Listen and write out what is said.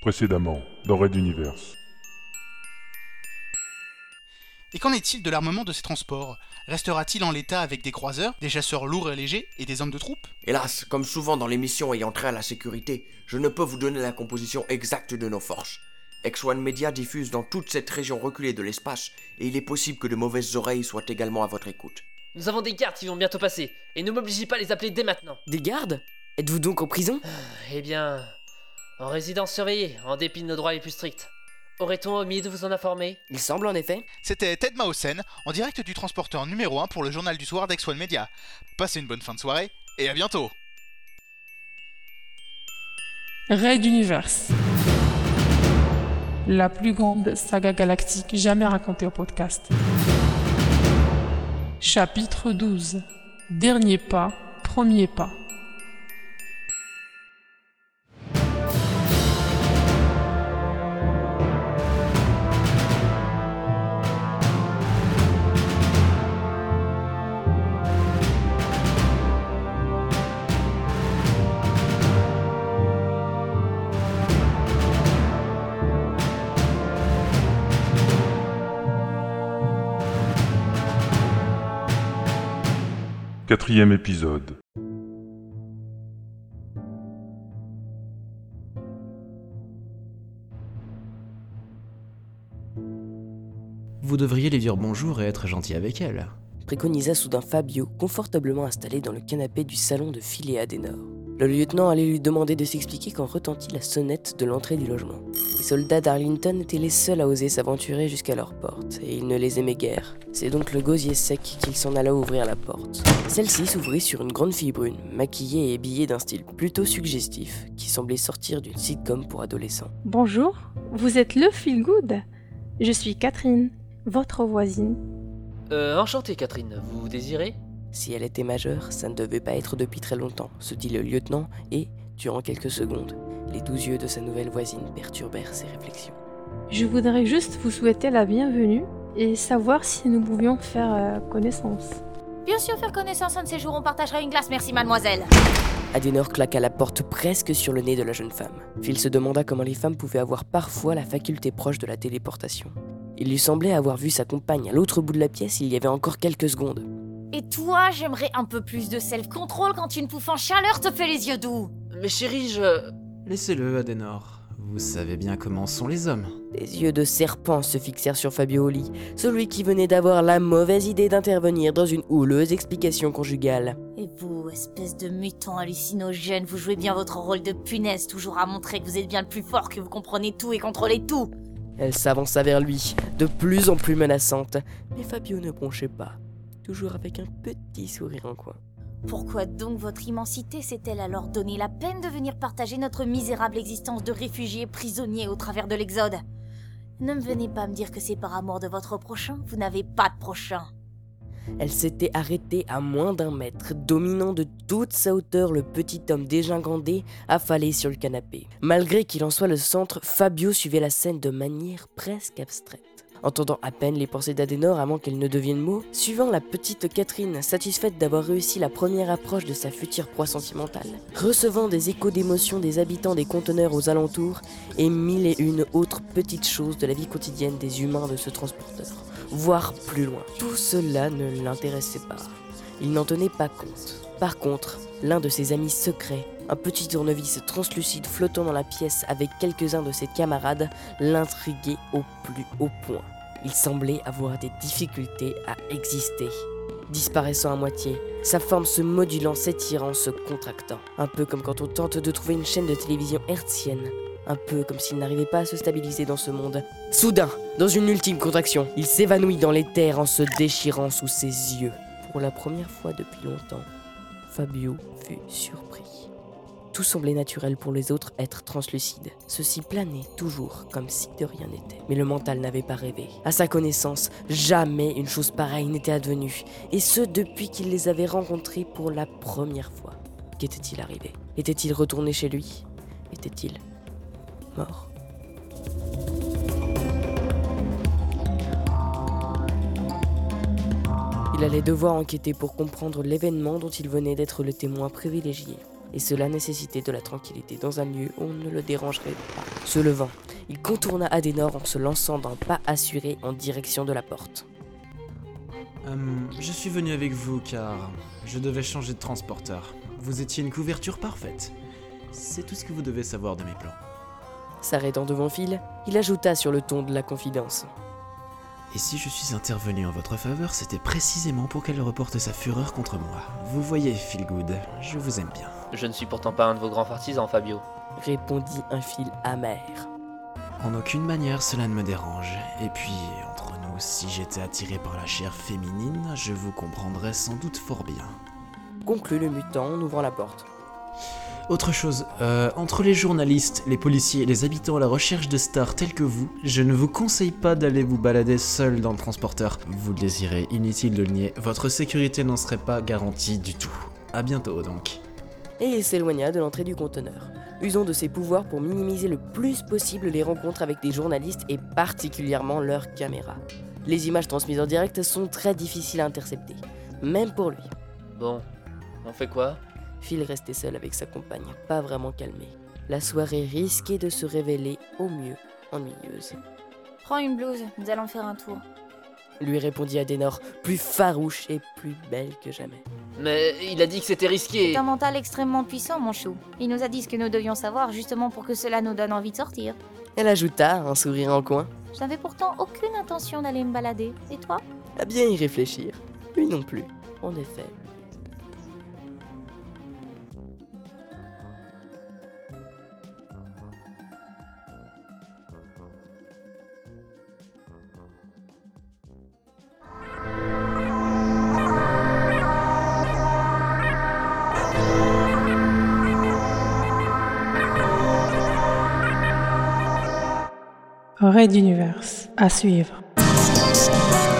Précédemment, dans Red Universe. Et qu'en est-il de l'armement de ces transports ? Restera-t-il en l'état avec des croiseurs, des chasseurs lourds et légers et des hommes de troupe ? Hélas, comme souvent dans les missions ayant trait à la sécurité, je ne peux vous donner la composition exacte de nos forces. X1 Media diffuse dans toute cette région reculée de l'espace, et il est possible que de mauvaises oreilles soient également à votre écoute. Nous avons des gardes qui vont bientôt passer, et ne m'obligez pas à les appeler dès maintenant. Des gardes ? Êtes-vous donc en prison ? Eh bien, en résidence surveillée, en dépit de nos droits les plus stricts. Aurait-on omis de vous en informer ? Il semble en effet. C'était Ted Mausen, en direct du transporteur numéro 1 pour le journal du soir d'X1 Media. Passez une bonne fin de soirée, et à bientôt. Red Universe. La plus grande saga galactique jamais racontée au podcast. Chapitre 12. Dernier pas, premier pas. Quatrième épisode. Vous devriez lui dire bonjour et être gentil avec elle. Préconisa soudain Fabio, confortablement installé dans le canapé du salon de Phil et Adenor. Le lieutenant allait lui demander de s'expliquer quand retentit la sonnette de l'entrée du logement. Les soldats d'Arlington étaient les seuls à oser s'aventurer jusqu'à leur porte, et ils ne les aimaient guère. C'est donc le gosier sec qu'il s'en alla ouvrir la porte. Celle-ci s'ouvrit sur une grande fille brune, maquillée et habillée d'un style plutôt suggestif, qui semblait sortir d'une sitcom pour adolescents. Bonjour, vous êtes le Feel Good. Je suis Catherine, votre voisine. Enchanté Catherine, vous désirez ? Si elle était majeure, ça ne devait pas être depuis très longtemps, se dit le lieutenant, et, durant quelques secondes, les 12 yeux de sa nouvelle voisine perturbèrent ses réflexions. Je voudrais juste vous souhaiter la bienvenue et savoir si nous pouvions faire connaissance. Bien sûr, faire connaissance un de ces jours, on partagera une glace, merci mademoiselle. Adenor claqua la porte presque sur le nez de la jeune femme. Phil se demanda comment les femmes pouvaient avoir parfois la faculté proche de la téléportation. Il lui semblait avoir vu sa compagne à l'autre bout de la pièce il y avait encore quelques secondes. Et toi, j'aimerais un peu plus de self-control quand une pouffe en chaleur te fait les yeux doux. Mais chérie, Laissez-le, Adenor. Vous savez bien comment sont les hommes. Des yeux de serpent se fixèrent sur Fabio au lit, celui qui venait d'avoir la mauvaise idée d'intervenir dans une houleuse explication conjugale. Et vous, espèce de mutant hallucinogène, vous jouez bien votre rôle de punaise, toujours à montrer que vous êtes bien le plus fort, que vous comprenez tout et contrôlez tout. Elle s'avança vers lui, de plus en plus menaçante, mais Fabio ne bronchait pas, toujours avec un petit sourire en coin. Pourquoi donc votre immensité s'est-elle alors donné la peine de venir partager notre misérable existence de réfugiés prisonniers au travers de l'Exode ? Ne me venez pas me dire que c'est par amour de votre prochain, vous n'avez pas de prochain. Elle s'était arrêtée à moins d'1 mètre, dominant de toute sa hauteur le petit homme dégingandé, affalé sur le canapé. Malgré qu'il en soit le centre, Fabio suivait la scène de manière presque abstraite. Entendant à peine les pensées d'Adenor avant qu'elles ne deviennent mots, suivant la petite Catherine, satisfaite d'avoir réussi la première approche de sa future proie sentimentale, recevant des échos d'émotions des habitants des conteneurs aux alentours, et 1001 autres petites choses de la vie quotidienne des humains de ce transporteur, voire plus loin. Tout cela ne l'intéressait pas. Il n'en tenait pas compte. Par contre, l'un de ses amis secrets, un petit tournevis translucide flottant dans la pièce avec quelques-uns de ses camarades, l'intriguait au plus haut point. Il semblait avoir des difficultés à exister. Disparaissant à moitié, sa forme se modulant, s'étirant, se contractant. Un peu comme quand on tente de trouver une chaîne de télévision hertzienne. Un peu comme s'il n'arrivait pas à se stabiliser dans ce monde. Soudain, dans une ultime contraction, il s'évanouit dans l'éther en se déchirant sous ses yeux. Pour la première fois depuis longtemps, Fabio fut surpris. Tout semblait naturel pour les autres êtres translucides. Ceux-ci planaient toujours comme si de rien n'était. Mais le mental n'avait pas rêvé. À sa connaissance, jamais une chose pareille n'était advenue. Et ce, depuis qu'il les avait rencontrés pour la première fois. Qu'était-il arrivé ? Était-il retourné chez lui ? Était-il mort ? Il allait devoir enquêter pour comprendre l'événement dont il venait d'être le témoin privilégié. et cela nécessitait de la tranquillité dans un lieu où on ne le dérangerait pas. Se levant, il contourna Adenor en se lançant d'un pas assuré en direction de la porte. Je suis venu avec vous car je devais changer de transporteur. Vous étiez une couverture parfaite. C'est tout ce que vous devez savoir de mes plans. S'arrêtant devant Phil, il ajouta sur le ton de la confidence. Et si je suis intervenu en votre faveur, c'était précisément pour qu'elle reporte sa fureur contre moi. Vous voyez, Feelgood, je vous aime bien. Je ne suis pourtant pas un de vos grands partisans, Fabio. Répondit un Phil amer. En aucune manière cela ne me dérange. Et puis, entre nous, si j'étais attiré par la chair féminine, je vous comprendrais sans doute fort bien. Conclut le mutant en ouvrant la porte. Autre chose, entre les journalistes, les policiers et les habitants à la recherche de stars tels que vous, je ne vous conseille pas d'aller vous balader seul dans le transporteur. Vous le désirez, inutile de le nier, votre sécurité n'en serait pas garantie du tout. À bientôt donc. Et il s'éloigna de l'entrée du conteneur, usant de ses pouvoirs pour minimiser le plus possible les rencontres avec des journalistes et particulièrement leurs caméras. Les images transmises en direct sont très difficiles à intercepter, même pour lui. Bon, on fait quoi ? Phil restait seul avec sa compagne, pas vraiment calmé. La soirée risquait de se révéler au mieux ennuyeuse. Prends une blouse, nous allons faire un tour. Lui répondit Adenor, plus farouche et plus belle que jamais. Mais il a dit que c'était risqué. C'est un mental extrêmement puissant, mon chou. Il nous a dit ce que nous devions savoir justement pour que cela nous donne envie de sortir. Elle ajouta, un sourire en coin. Je n'avais pourtant aucune intention d'aller me balader. Et toi ? À bien y réfléchir. Lui non plus, en effet. Raid d'univers à suivre.